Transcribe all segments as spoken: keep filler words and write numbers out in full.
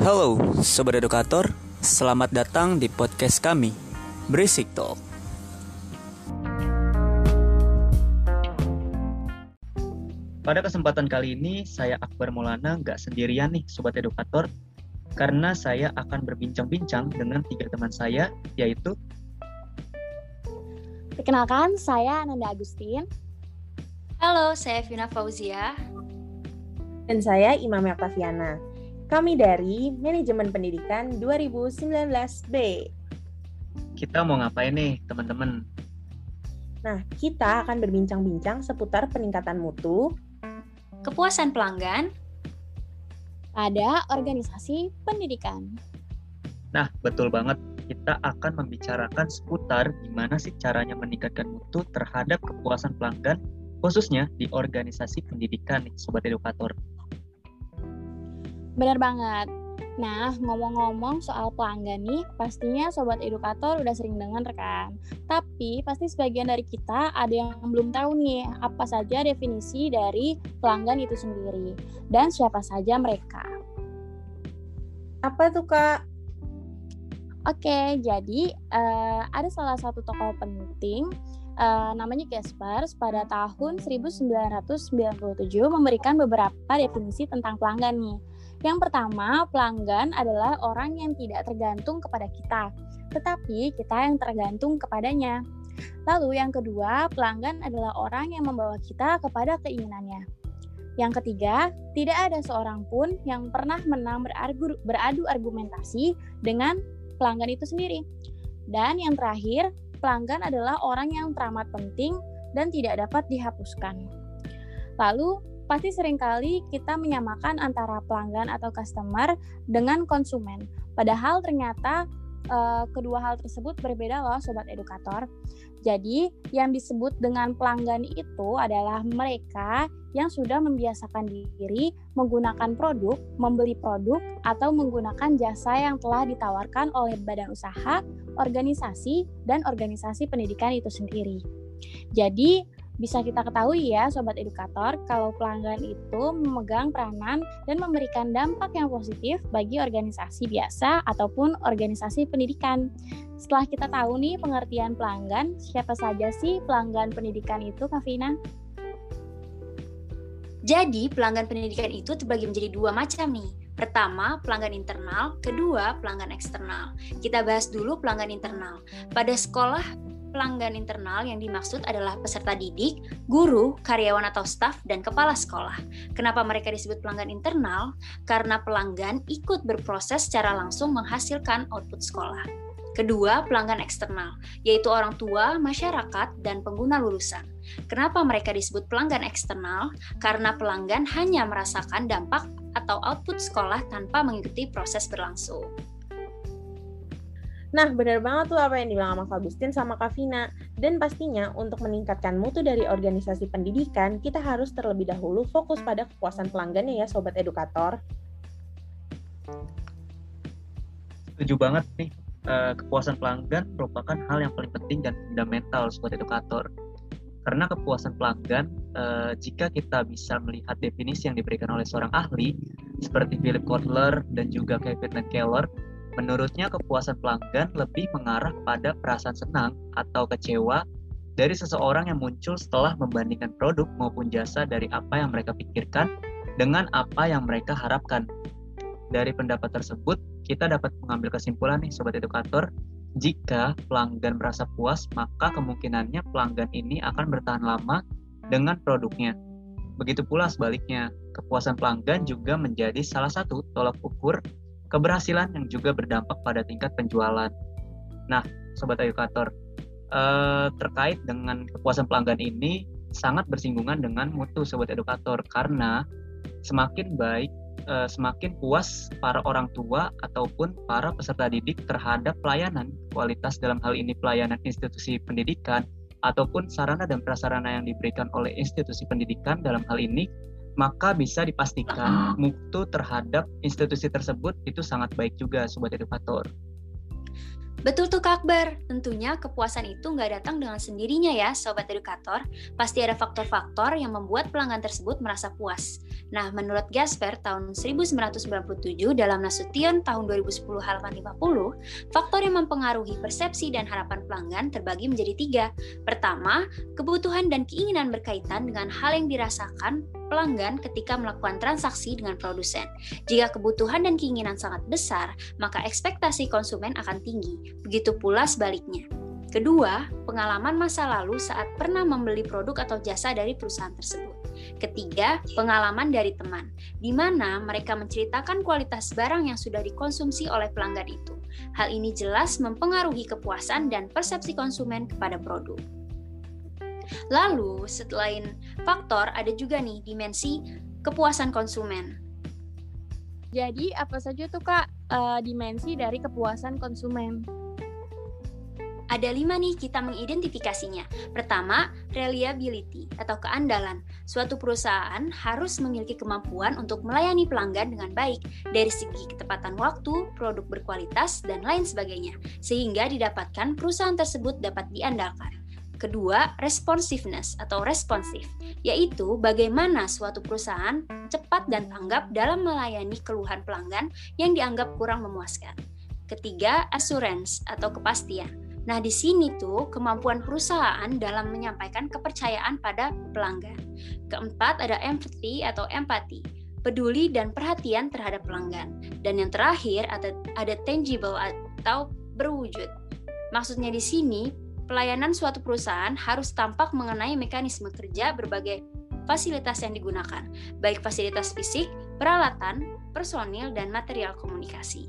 Halo Sobat Edukator, selamat datang di podcast kami, Berisik Talk. Pada kesempatan kali ini, saya Akbar Maulana nggak sendirian nih Sobat Edukator, karena saya akan berbincang-bincang dengan tiga teman saya, yaitu Perkenalkan, saya Ananda Agustin. Halo, saya Vina Fauzia. Dan saya Imam Octaviana. Kami dari Manajemen Pendidikan dua ribu sembilan belas B. Kita mau ngapain nih teman-teman? Nah, kita akan berbincang-bincang seputar peningkatan mutu, Kepuasan pelanggan pada organisasi pendidikan. Nah, betul banget. Kita akan membicarakan seputar gimana sih caranya meningkatkan mutu terhadap kepuasan pelanggan, khususnya di organisasi pendidikan nih, Sobat Edukator. Benar banget. Nah, ngomong-ngomong soal pelanggan nih, pastinya Sobat Edukator udah sering dengar kan? Tapi pasti sebagian dari kita ada yang belum tahu nih, apa saja definisi dari pelanggan itu sendiri, dan siapa saja mereka. Apa tuh, Kak? Oke, jadi uh, ada salah satu tokoh penting, uh, namanya Jaspers, pada tahun seribu sembilan ratus sembilan puluh tujuh memberikan beberapa definisi tentang pelanggan nih. Yang pertama, pelanggan adalah orang yang tidak tergantung kepada kita, tetapi kita yang tergantung kepadanya. Lalu yang kedua, pelanggan adalah orang yang membawa kita kepada keinginannya. Yang ketiga, tidak ada seorang pun yang pernah menang berargu, beradu argumentasi dengan pelanggan itu sendiri. Dan yang terakhir, pelanggan adalah orang yang teramat penting dan tidak dapat dihapuskan. Lalu, pasti seringkali kita menyamakan antara pelanggan atau customer dengan konsumen. Padahal ternyata uh, kedua hal tersebut berbeda loh Sobat Edukator. Jadi, yang disebut dengan pelanggan itu adalah mereka yang sudah membiasakan diri menggunakan produk, membeli produk, atau menggunakan jasa yang telah ditawarkan oleh badan usaha, organisasi, dan organisasi pendidikan itu sendiri. Jadi, bisa kita ketahui ya Sobat Edukator, kalau pelanggan itu memegang peranan dan memberikan dampak yang positif bagi organisasi biasa ataupun organisasi pendidikan. Setelah kita tahu nih pengertian pelanggan, siapa saja sih pelanggan pendidikan itu, Kak Vina? Jadi, pelanggan pendidikan itu terbagi menjadi dua macam nih. Pertama, pelanggan internal, kedua, pelanggan eksternal. Kita bahas dulu pelanggan internal. Pada sekolah, pelanggan internal yang dimaksud adalah peserta didik, guru, karyawan atau staf, dan kepala sekolah. Kenapa mereka disebut pelanggan internal? Karena pelanggan ikut berproses secara langsung menghasilkan output sekolah. Kedua, pelanggan eksternal, yaitu orang tua, masyarakat, dan pengguna lulusan. Kenapa mereka disebut pelanggan eksternal? Karena pelanggan hanya merasakan dampak atau output sekolah tanpa mengikuti proses berlangsung. Nah, benar banget tuh apa yang dibilang Mas Agustin sama Kak Vina. Dan pastinya untuk meningkatkan mutu dari organisasi pendidikan, kita harus terlebih dahulu fokus pada kepuasan pelanggannya ya Sobat Edukator. Setuju banget nih. Kepuasan pelanggan merupakan hal yang paling penting dan fundamental Sobat Edukator. Karena kepuasan pelanggan, eh, jika kita bisa melihat definisi yang diberikan oleh seorang ahli seperti Philip Kotler dan juga Kevin McKellar, menurutnya kepuasan pelanggan lebih mengarah pada perasaan senang atau kecewa dari seseorang yang muncul setelah membandingkan produk maupun jasa dari apa yang mereka pikirkan dengan apa yang mereka harapkan. Dari pendapat tersebut, kita dapat mengambil kesimpulan nih Sobat Edukator, jika pelanggan merasa puas, maka kemungkinannya pelanggan ini akan bertahan lama dengan produknya. Begitu pula sebaliknya, kepuasan pelanggan juga menjadi salah satu tolak ukur keberhasilan yang juga berdampak pada tingkat penjualan. Nah, Sobat Edukator, eh, terkait dengan kepuasan pelanggan ini sangat bersinggungan dengan mutu Sobat Edukator, karena semakin baik Uh, semakin puas para orang tua ataupun para peserta didik terhadap pelayanan kualitas, dalam hal ini pelayanan institusi pendidikan ataupun sarana dan prasarana yang diberikan oleh institusi pendidikan dalam hal ini, maka bisa dipastikan mutu terhadap institusi tersebut itu sangat baik juga Sobat Edukator. Betul tuh Kak Akbar, tentunya kepuasan itu nggak datang dengan sendirinya ya Sobat Edukator, pasti ada faktor-faktor yang membuat pelanggan tersebut merasa puas. Nah, menurut Gasper tahun seribu sembilan ratus sembilan puluh tujuh dalam Nasution tahun dua ribu sepuluh halaman lima puluh, faktor yang mempengaruhi persepsi dan harapan pelanggan terbagi menjadi tiga. Pertama, kebutuhan dan keinginan berkaitan dengan hal yang dirasakan pelanggan ketika melakukan transaksi dengan produsen. Jika kebutuhan dan keinginan sangat besar, maka ekspektasi konsumen akan tinggi. Begitu pula sebaliknya. Kedua, pengalaman masa lalu saat pernah membeli produk atau jasa dari perusahaan tersebut. Ketiga, pengalaman dari teman, di mana mereka menceritakan kualitas barang yang sudah dikonsumsi oleh pelanggan itu. Hal ini jelas mempengaruhi kepuasan dan persepsi konsumen kepada produk. Lalu, selain faktor, ada juga nih dimensi kepuasan konsumen. Jadi, apa saja tuh Kak uh, dimensi dari kepuasan konsumen? Ada lima nih kita mengidentifikasinya. Pertama, reliability atau keandalan. Suatu perusahaan harus memiliki kemampuan untuk melayani pelanggan dengan baik dari segi ketepatan waktu, produk berkualitas, dan lain sebagainya, sehingga didapatkan perusahaan tersebut dapat diandalkan. Kedua, responsiveness atau responsif, yaitu bagaimana suatu perusahaan cepat dan tanggap dalam melayani keluhan pelanggan yang dianggap kurang memuaskan. Ketiga, assurance atau kepastian. Nah, di sini tuh kemampuan perusahaan dalam menyampaikan kepercayaan pada pelanggan. Keempat, ada empathy atau empati, peduli dan perhatian terhadap pelanggan. Dan yang terakhir, ada, ada tangible atau berwujud. Maksudnya di sini, pelayanan suatu perusahaan harus tampak mengenai mekanisme kerja berbagai fasilitas yang digunakan, baik fasilitas fisik, peralatan, personil, dan material komunikasi.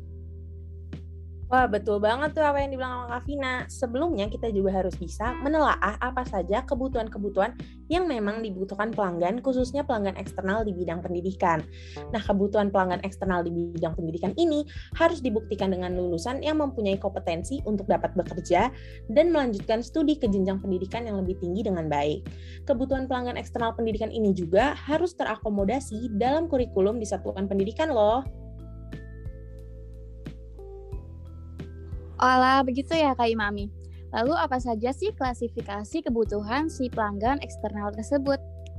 Wah, betul banget tuh apa yang dibilang sama Kak Vina. Sebelumnya kita juga harus bisa menelaah apa saja kebutuhan-kebutuhan yang memang dibutuhkan pelanggan, khususnya pelanggan eksternal di bidang pendidikan. Nah, kebutuhan pelanggan eksternal di bidang pendidikan ini harus dibuktikan dengan lulusan yang mempunyai kompetensi untuk dapat bekerja dan melanjutkan studi ke jenjang pendidikan yang lebih tinggi dengan baik. Kebutuhan pelanggan eksternal pendidikan ini juga harus terakomodasi dalam kurikulum di satuan pendidikan loh. Olah, begitu ya Kak Imami. Lalu apa saja sih klasifikasi kebutuhan si pelanggan eksternal tersebut?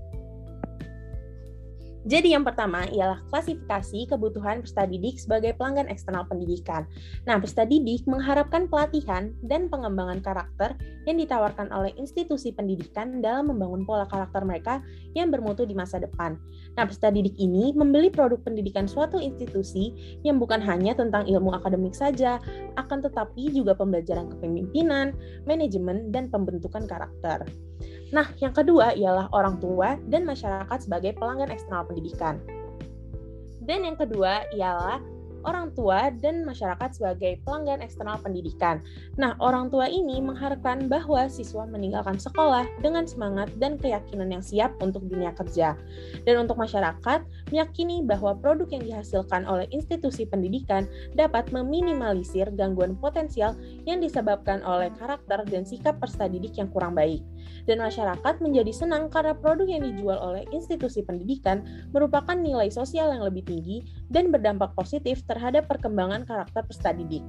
Jadi yang pertama ialah klasifikasi kebutuhan peserta didik sebagai pelanggan eksternal pendidikan. Nah, peserta didik mengharapkan pelatihan dan pengembangan karakter yang ditawarkan oleh institusi pendidikan dalam membangun pola karakter mereka yang bermutu di masa depan. Nah, peserta didik ini membeli produk pendidikan suatu institusi yang bukan hanya tentang ilmu akademik saja, akan tetapi juga pembelajaran kepemimpinan, manajemen, dan pembentukan karakter. Nah, yang kedua ialah orang tua dan masyarakat sebagai pelanggan eksternal pendidikan. Dan yang kedua ialah orang tua dan masyarakat sebagai pelanggan eksternal pendidikan. Nah, orang tua ini mengharapkan bahwa siswa meninggalkan sekolah dengan semangat dan keyakinan yang siap untuk dunia kerja. Dan untuk masyarakat, meyakini bahwa produk yang dihasilkan oleh institusi pendidikan dapat meminimalisir gangguan potensial yang disebabkan oleh karakter dan sikap peserta didik yang kurang baik. Dan masyarakat menjadi senang karena produk yang dijual oleh institusi pendidikan merupakan nilai sosial yang lebih tinggi dan berdampak positif terhadap perkembangan karakter peserta didik.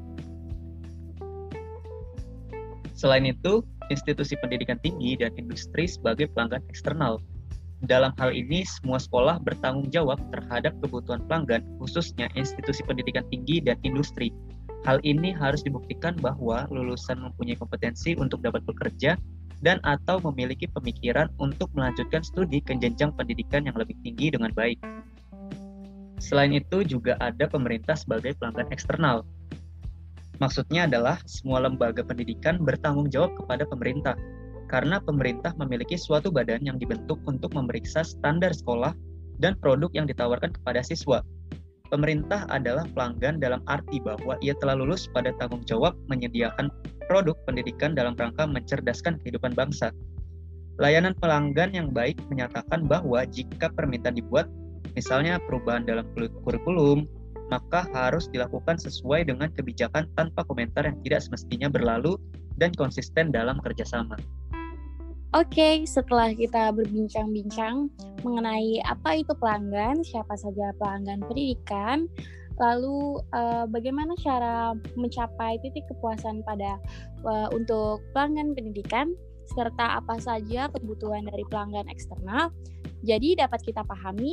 Selain itu, institusi pendidikan tinggi dan industri sebagai pelanggan eksternal. Dalam hal ini, semua sekolah bertanggung jawab terhadap kebutuhan pelanggan, khususnya institusi pendidikan tinggi dan industri. Hal ini harus dibuktikan bahwa lulusan mempunyai kompetensi untuk dapat bekerja dan atau memiliki pemikiran untuk melanjutkan studi ke jenjang pendidikan yang lebih tinggi dengan baik. Selain itu juga ada pemerintah sebagai pelanggan eksternal. Maksudnya adalah semua lembaga pendidikan bertanggung jawab kepada pemerintah, karena pemerintah memiliki suatu badan yang dibentuk untuk memeriksa standar sekolah dan produk yang ditawarkan kepada siswa. Pemerintah adalah pelanggan dalam arti bahwa ia telah lulus pada tanggung jawab menyediakan produk pendidikan dalam rangka mencerdaskan kehidupan bangsa. Layanan pelanggan yang baik menyatakan bahwa jika permintaan dibuat, misalnya perubahan dalam kurikulum, maka harus dilakukan sesuai dengan kebijakan tanpa komentar yang tidak semestinya berlalu dan konsisten dalam kerjasama. Oke, setelah kita berbincang-bincang mengenai apa itu pelanggan, siapa saja pelanggan pendidikan, lalu uh, bagaimana cara mencapai titik kepuasan pada uh, untuk pelanggan pendidikan, serta apa saja kebutuhan dari pelanggan eksternal. Jadi dapat kita pahami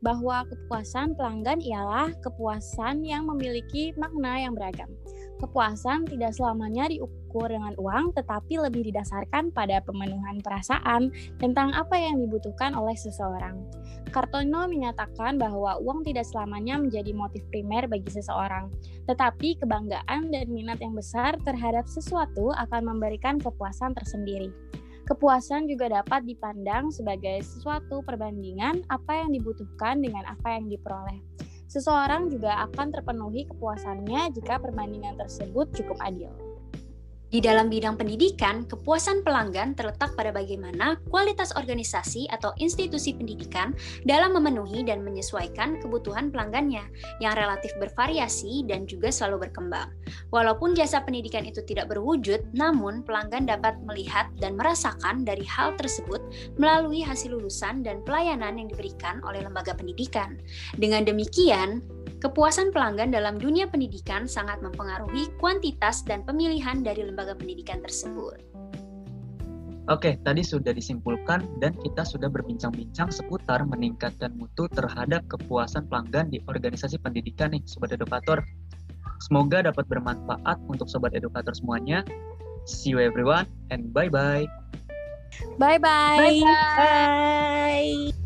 bahwa kepuasan pelanggan ialah kepuasan yang memiliki makna yang beragam. Kepuasan tidak selamanya diukur dengan uang, tetapi lebih didasarkan pada pemenuhan perasaan tentang apa yang dibutuhkan oleh seseorang. Kartono menyatakan bahwa uang tidak selamanya menjadi motif primer bagi seseorang, tetapi kebanggaan dan minat yang besar terhadap sesuatu akan memberikan kepuasan tersendiri. Kepuasan juga dapat dipandang sebagai sesuatu perbandingan apa yang dibutuhkan dengan apa yang diperoleh. Seseorang juga akan terpenuhi kepuasannya jika perbandingan tersebut cukup adil. Di dalam bidang pendidikan, kepuasan pelanggan terletak pada bagaimana kualitas organisasi atau institusi pendidikan dalam memenuhi dan menyesuaikan kebutuhan pelanggannya yang relatif bervariasi dan juga selalu berkembang. Walaupun jasa pendidikan itu tidak berwujud, namun pelanggan dapat melihat dan merasakan dari hal tersebut melalui hasil lulusan dan pelayanan yang diberikan oleh lembaga pendidikan. Dengan demikian, kepuasan pelanggan dalam dunia pendidikan sangat mempengaruhi kuantitas dan pemilihan dari lembaga pendidikan tersebut. Oke, tadi sudah disimpulkan dan kita sudah berbincang-bincang seputar meningkatkan mutu terhadap kepuasan pelanggan di organisasi pendidikan nih, Sobat Edukator. Semoga dapat bermanfaat untuk Sobat Edukator semuanya. See you everyone and bye-bye. Bye-bye. Bye.